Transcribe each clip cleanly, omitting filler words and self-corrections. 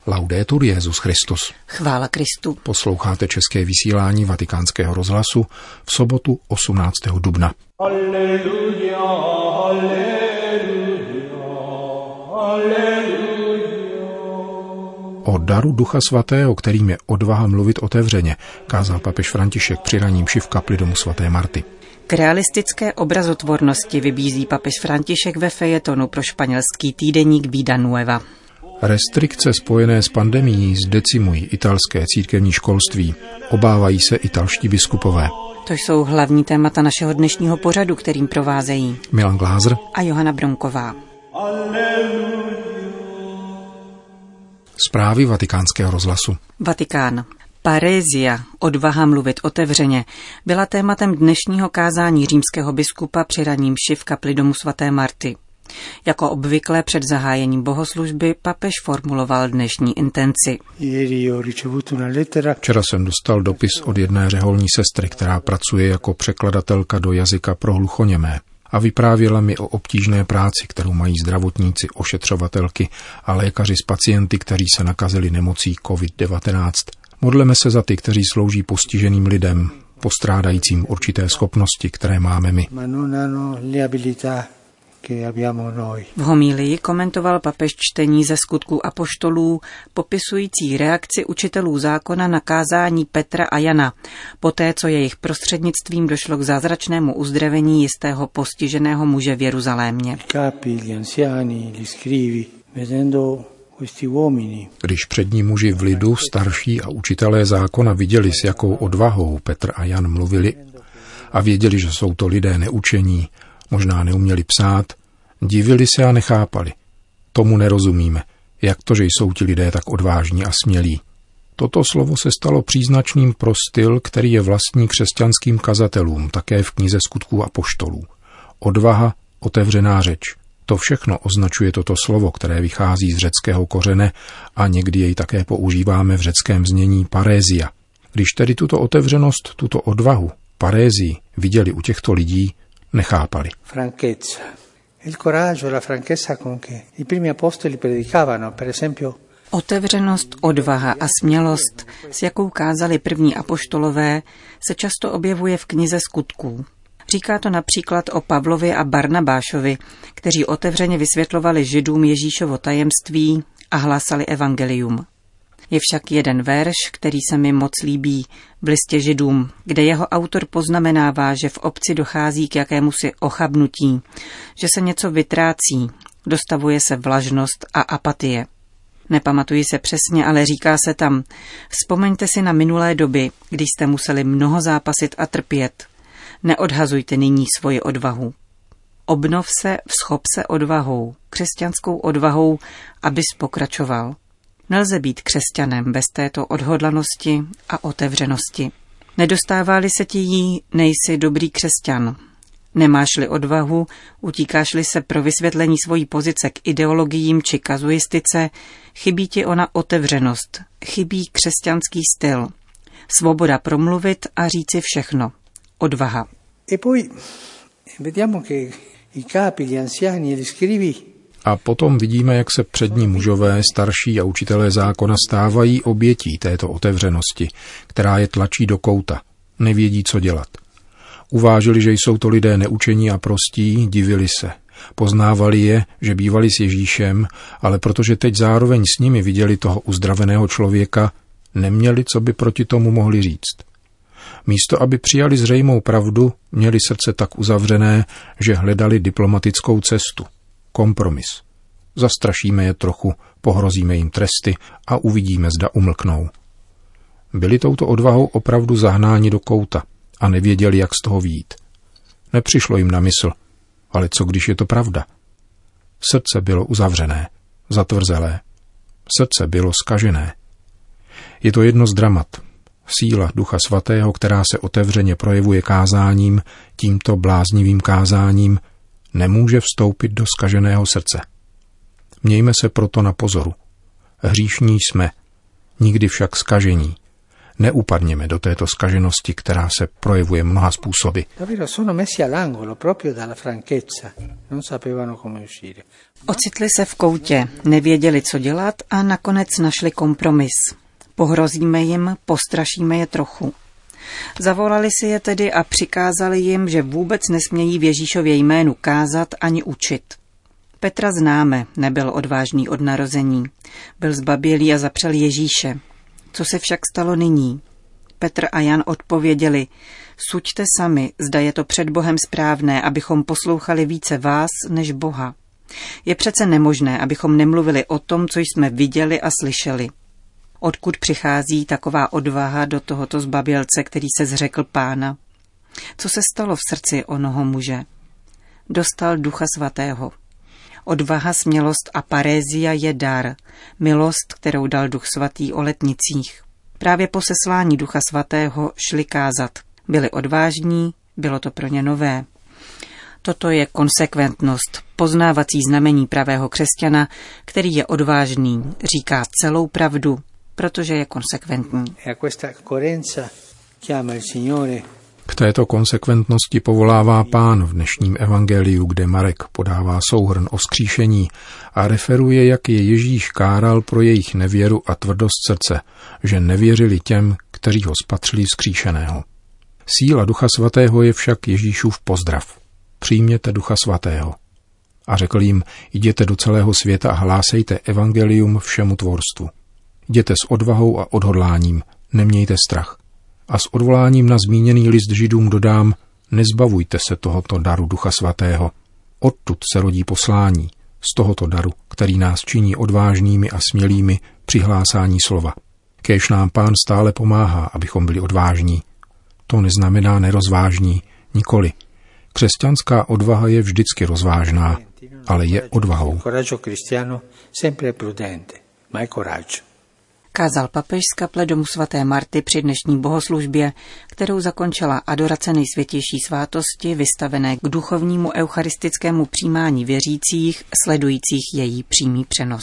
Laudetur Jesus Christus. Chvála Kristu. Posloucháte české vysílání Vatikánského rozhlasu v sobotu 18. dubna. Alleluja, alleluja, alleluja. O daru Ducha Svatého, kterým je odvaha mluvit otevřeně, kázal papež František při raní mši v kapli domu svaté Marty. K realistické obrazotvornosti vybízí papež František ve fejetonu pro španělský týdeník Vida Nueva. Restrikce spojené s pandemií zdecimují italské církevní školství. Obávají se italští biskupové. To jsou hlavní témata našeho dnešního pořadu, kterým provázejí Milan Glázer a Johana Bronková. Zprávy Vatikánského rozhlasu. Vatikán. Parézia, odvaha mluvit otevřeně, byla tématem dnešního kázání římského biskupa při raní mši v kapli domu svaté Marty. Jako obvykle před zahájením bohoslužby papež formuloval dnešní intenci. Včera jsem dostal dopis od jedné řeholní sestry, která pracuje jako překladatelka do jazyka pro hluchoněmé a vyprávěla mi o obtížné práci, kterou mají zdravotníci, ošetřovatelky a lékaři s pacienty, kteří se nakazili nemocí COVID-19. Modleme se za ty, kteří slouží postiženým lidem, postrádajícím určité schopnosti, které máme my. V homílii komentoval papež čtení ze Skutků apoštolů, popisující reakci učitelů zákona na kázání Petra a Jana, poté co jejich prostřednictvím došlo k zázračnému uzdravení jistého postiženého muže v Jeruzalémě. Když přední muži v lidu, starší a učitelé zákona viděli, s jakou odvahou Petr a Jan mluvili a věděli, že jsou to lidé neučení, možná neuměli psát, divili se a nechápali. Tomu nerozumíme, jak to, že jsou ti lidé tak odvážní a smělí. Toto slovo se stalo příznačným pro styl, který je vlastní křesťanským kazatelům, také v knize Skutků apoštolů. Odvaha, otevřená řeč. To všechno označuje toto slovo, které vychází z řeckého kořene a někdy jej také používáme v řeckém znění parézia. Když tedy tuto otevřenost, tuto odvahu, parézii viděli u těchto lidí, nechápali. Otevřenost, odvaha a smělost, s jakou kázali první apoštolové, se často objevuje v knize Skutků. Říká to například o Pavlovi a Barnabášovi, kteří otevřeně vysvětlovali Židům Ježíšovo tajemství a hlásali evangelium. Je však jeden verš, který se mi moc líbí v listě Židům, kde jeho autor poznamenává, že v obci dochází k jakémusi ochabnutí, že se něco vytrácí, dostavuje se vlažnost a apatie. Nepamatuji se přesně, ale říká se tam, vzpomeňte si na minulé doby, když jste museli mnoho zápasit a trpět. Neodhazujte nyní svoji odvahu. Obnov se, vzchop se odvahou, křesťanskou odvahou, abys pokračoval. Nelze být křesťanem bez této odhodlanosti a otevřenosti. Nedostává-li se ti jí, nejsi dobrý křesťan. Nemáš-li odvahu, utíkáš-li se pro vysvětlení svojí pozice k ideologiím či kazuistice, chybí ti ona otevřenost, chybí křesťanský styl. Svoboda promluvit a říci všechno. Odvaha. A potom vidíme, jak se přední mužové, starší a učitelé zákona stávají obětí této otevřenosti, která je tlačí do kouta. Nevědí, co dělat. Uvážili, že jsou to lidé neučení a prostí, divili se. Poznávali je, že bývali s Ježíšem, ale protože teď zároveň s nimi viděli toho uzdraveného člověka, neměli, co by proti tomu mohli říct. Místo, aby přijali zřejmou pravdu, měli srdce tak uzavřené, že hledali diplomatickou cestu. Kompromis. Zastrašíme je trochu, pohrozíme jim tresty a uvidíme, zda umlknou. Byli touto odvahou opravdu zahnáni do kouta a nevěděli, jak z toho vyjít. Nepřišlo jim na mysl, ale co když je to pravda? Srdce bylo uzavřené, zatvrzelé. Srdce bylo zkažené. Je to jedno z dramat. Síla Ducha Svatého, která se otevřeně projevuje kázáním, tímto bláznivým kázáním, nemůže vstoupit do zkaženého srdce. Mějme se proto na pozoru. Hříšní jsme, nikdy však zkažení. Neupadněme do této zkaženosti, která se projevuje mnoha způsoby. Ocitli se v koutě, nevěděli, co dělat a nakonec našli kompromis. Pohrozíme jim, postrašíme je trochu. Zavolali si je tedy a přikázali jim, že vůbec nesmějí v Ježíšově jménu kázat ani učit. Petra známe, nebyl odvážný od narození. Byl zbabělý a zapřel Ježíše. Co se však stalo nyní? Petr a Jan odpověděli, suďte sami, zda je to před Bohem správné, abychom poslouchali více vás než Boha. Je přece nemožné, abychom nemluvili o tom, co jsme viděli a slyšeli. Odkud přichází taková odvaha do tohoto zbabělce, který se zřekl Pána? Co se stalo v srdci onoho muže? Dostal Ducha Svatého. Odvaha, smělost a parézia je dar, milost, kterou dal Duch Svatý o letnicích. Právě po seslání Ducha Svatého šli kázat. Byli odvážní, bylo to pro ně nové. Toto je konsekventnost, poznávací znamení pravého křesťana, který je odvážný, říká celou pravdu, protože je konsekventní. K této konsekventnosti povolává Pán v dnešním evangeliu, kde Marek podává souhrn o vzkříšení a referuje, jak je Ježíš káral pro jejich nevěru a tvrdost srdce, že nevěřili těm, kteří ho spatřili vzkříšeného. Síla Ducha Svatého je však Ježíšův pozdrav. Přijměte Ducha Svatého. A řekl jim, jděte do celého světa a hlásejte evangelium všemu tvorstvu. Jděte s odvahou a odhodláním, nemějte strach. A s odvoláním na zmíněný list Židům dodám, nezbavujte se tohoto daru Ducha Svatého. Odtud se rodí poslání, z tohoto daru, který nás činí odvážnými a smělými při hlásání slova. Kéž nám Pán stále pomáhá, abychom byli odvážní. To neznamená nerozvážní, nikoli. Křesťanská odvaha je vždycky rozvážná, ale je odvahou. Kázal papež z kaple domu svaté Marty při dnešní bohoslužbě, kterou zakončila adorace Nejsvětější svátosti vystavené k duchovnímu eucharistickému přijímání věřících, sledujících její přímý přenos.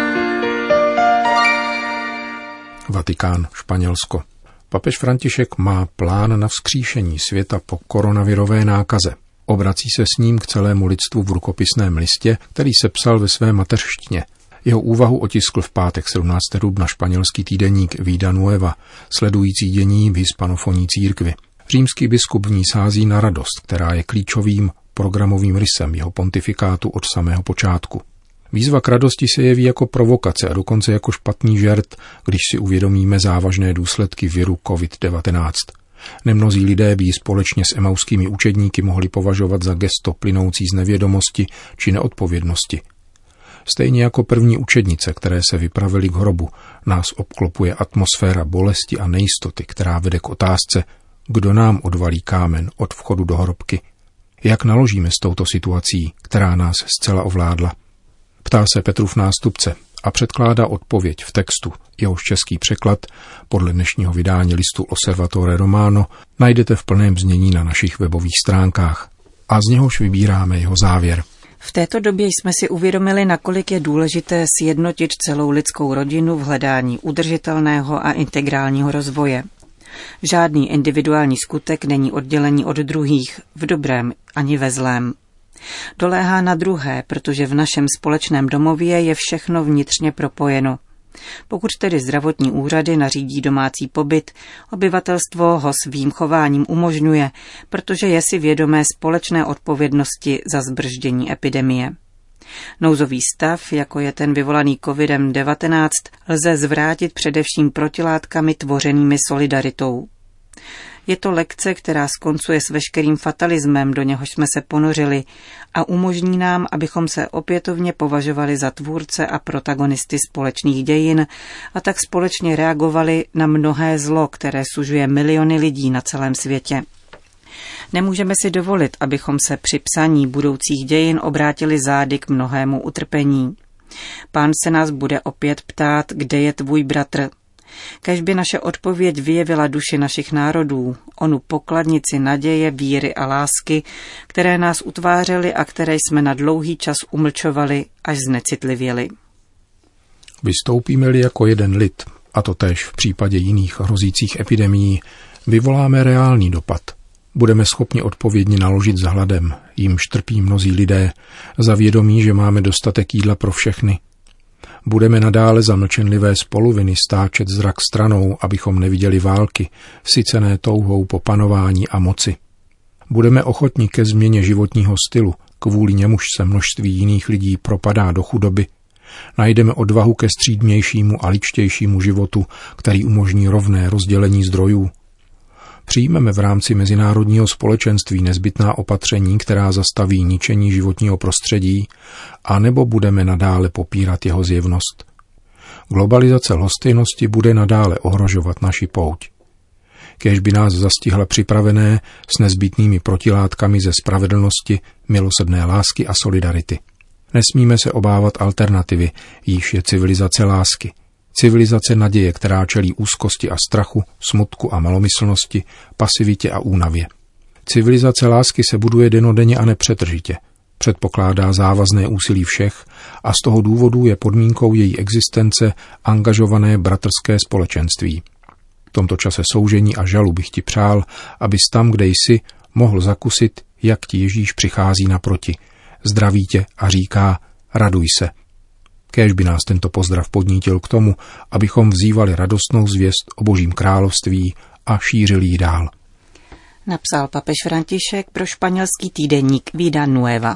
Vatikán, Španělsko. Papež František má plán na vzkříšení světa po koronavirové nákaze. Obrací se s ním k celému lidstvu v rukopisném listě, který sepsal ve své mateřštině. Jeho úvahu otiskl v pátek 17. dubna španělský týdeník Vida Nueva, sledující dění v hispanofonní církvi. Římský biskup v ní sází na radost, která je klíčovým programovým rysem jeho pontifikátu od samého počátku. Výzva k radosti se jeví jako provokace a dokonce jako špatný žert, když si uvědomíme závažné důsledky viru COVID-19. Nemnozí lidé by ji společně s emauskými učedníky mohli považovat za gesto plynoucí z nevědomosti či neodpovědnosti. Stejně jako první učednice, které se vypravily k hrobu, nás obklopuje atmosféra bolesti a nejistoty, která vede k otázce, kdo nám odvalí kámen od vchodu do hrobky. Jak naložíme s touto situací, která nás zcela ovládla? Ptá se Petrův nástupce a předkládá odpověď v textu, jehož český překlad podle dnešního vydání listu Osservatore Romano najdete v plném znění na našich webových stránkách. A z něhož vybíráme jeho závěr. V této době jsme si uvědomili, nakolik je důležité sjednotit celou lidskou rodinu v hledání udržitelného a integrálního rozvoje. Žádný individuální skutek není oddělení od druhých, v dobrém ani ve zlém. Doléhá na druhé, protože v našem společném domově je všechno vnitřně propojeno. Pokud tedy zdravotní úřady nařídí domácí pobyt, obyvatelstvo ho svým chováním umožňuje, protože je si vědomé společné odpovědnosti za zbrždění epidemie. Nouzový stav, jako je ten vyvolaný COVID-19, lze zvrátit především protilátkami tvořenými solidaritou. Je to lekce, která skoncuje s veškerým fatalismem, do něhož jsme se ponořili a umožní nám, abychom se opětovně považovali za tvůrce a protagonisty společných dějin a tak společně reagovali na mnohé zlo, které sužuje miliony lidí na celém světě. Nemůžeme si dovolit, abychom se při psaní budoucích dějin obrátili zády k mnohému utrpení. Pán se nás bude opět ptát, kde je tvůj bratr. Kéž by naše odpověď vyjevila duši našich národů, onu pokladnici naděje, víry a lásky, které nás utvářely a které jsme na dlouhý čas umlčovali až znecitlivěli. Vystoupíme-li jako jeden lid, a to též v případě jiných hrozících epidemií, vyvoláme reálný dopad. Budeme schopni odpovědně naložit s hladem, jímž trpí mnozí lidé, za vědomí, že máme dostatek jídla pro všechny. Budeme nadále za mlčenlivé spoluviny stáčet zrak stranou, abychom neviděli války, sycené touhou po panování a moci. Budeme ochotni ke změně životního stylu, kvůli němuž se množství jiných lidí propadá do chudoby. Najdeme odvahu ke střídmějšímu a ličtějšímu životu, který umožní rovné rozdělení zdrojů. Přijmeme v rámci mezinárodního společenství nezbytná opatření, která zastaví ničení životního prostředí, anebo budeme nadále popírat jeho zjevnost. Globalizace lhostejnosti bude nadále ohrožovat naši pouť. Kéž by nás zastihla připravené s nezbytnými protilátkami ze spravedlnosti, milosrdné lásky a solidarity. Nesmíme se obávat alternativy, jíž je civilizace lásky. Civilizace naděje, která čelí úzkosti a strachu, smutku a malomyslnosti, pasivitě a únavě. Civilizace lásky se buduje dennodenně a nepřetržitě. Předpokládá závazné úsilí všech a z toho důvodu je podmínkou její existence angažované bratrské společenství. V tomto čase soužení a žalu bych ti přál, abys tam, kde jsi, mohl zakusit, jak ti Ježíš přichází naproti. Zdraví tě a říká, raduj se. Kéž by nás tento pozdrav podnítil k tomu, abychom vzývali radostnou zvěst o Božím království a šířili ji dál. Napsal papež František pro španělský týdeník Vida Nueva.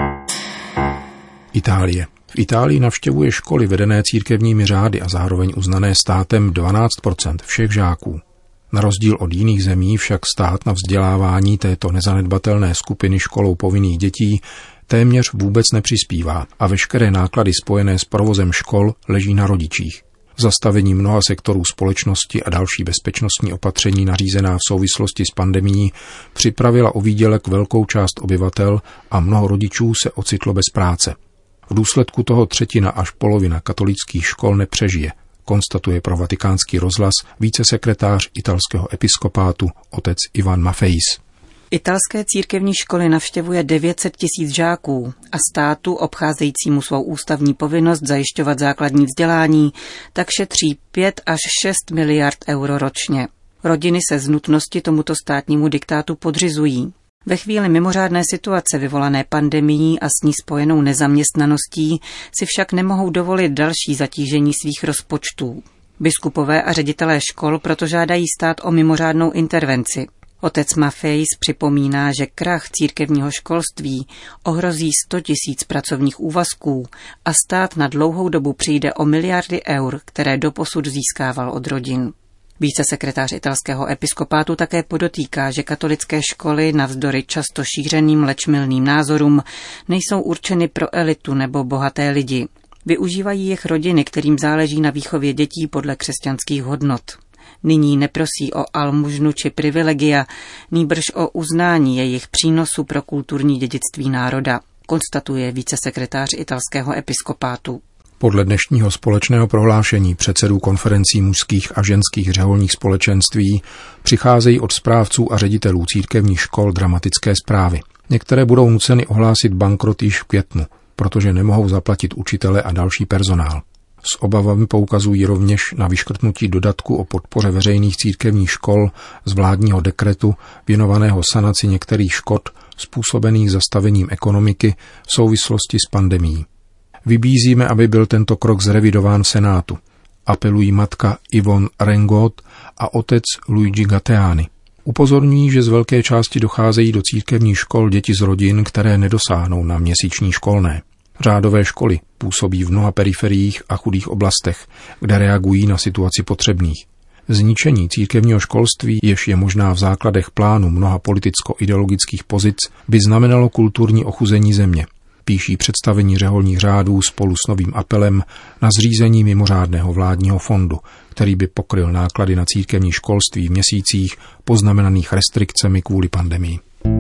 Itálie. V Itálii navštěvuje školy vedené církevními řády a zároveň uznané státem 12% všech žáků. Na rozdíl od jiných zemí však stát na vzdělávání této nezanedbatelné skupiny školou povinných dětí téměř vůbec nepřispívá a veškeré náklady spojené s provozem škol leží na rodičích. Zastavení mnoha sektorů společnosti a další bezpečnostní opatření nařízená v souvislosti s pandemií připravila o výdělek velkou část obyvatel a mnoho rodičů se ocitlo bez práce. V důsledku toho třetina až polovina katolických škol nepřežije, konstatuje pro Vatikánský rozhlas vícesekretář italského episkopátu otec Ivan Maffeis. Italské církevní školy navštěvuje 900 000 žáků a státu, obcházejícímu svou ústavní povinnost zajišťovat základní vzdělání, tak šetří 5 až 6 miliard euro ročně. Rodiny se z nutnosti tomuto státnímu diktátu podřizují. Ve chvíli mimořádné situace vyvolané pandemií a s ní spojenou nezaměstnaností si však nemohou dovolit další zatížení svých rozpočtů. Biskupové a ředitelé škol proto žádají stát o mimořádnou intervenci. Otec Maffeis připomíná, že krach církevního školství ohrozí 100 000 pracovních úvazků a stát na dlouhou dobu přijde o miliardy eur, které doposud získával od rodin. Vícesekretář italského episkopátu také podotýká, že katolické školy navzdory často šířeným leč mylným názorům nejsou určeny pro elitu nebo bohaté lidi. Využívají jich rodiny, kterým záleží na výchově dětí podle křesťanských hodnot. Nyní neprosí o almužnu či privilegia, nýbrž o uznání jejich přínosu pro kulturní dědictví národa, konstatuje vícesekretář italského episkopátu. Podle dnešního společného prohlášení předsedů konferencí mužských a ženských řeholních společenství přicházejí od správců a ředitelů církevních škol dramatické zprávy. Některé budou nuceny ohlásit bankrot již v květnu, protože nemohou zaplatit učitele a další personál. S obavami poukazují rovněž na vyškrtnutí dodatku o podpoře veřejných církevních škol z vládního dekretu věnovaného sanaci některých škod způsobených zastavením ekonomiky v souvislosti s pandemií. Vybízíme, aby byl tento krok zrevidován v Senátu, apelují matka Yvonne Rengot a otec Luigi Gatteani. Upozorňují, že z velké části docházejí do církevních škol děti z rodin, které nedosáhnou na měsíční školné. Řádové školy působí v mnoha periferiích a chudých oblastech, kde reagují na situaci potřebných. Zničení církevního školství, jež je možná v základech plánu mnoha politicko-ideologických pozic, by znamenalo kulturní ochuzení země. Píší představení řeholních řádů spolu s novým apelem na zřízení mimořádného vládního fondu, který by pokryl náklady na církevní školství v měsících poznamenaných restrikcemi kvůli pandemii.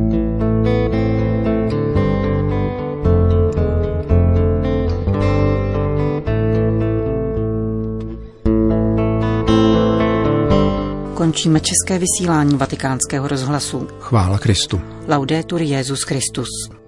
Končíme české vysílání Vatikánského rozhlasu. Chvála Kristu. Laudetur Jesus Christus.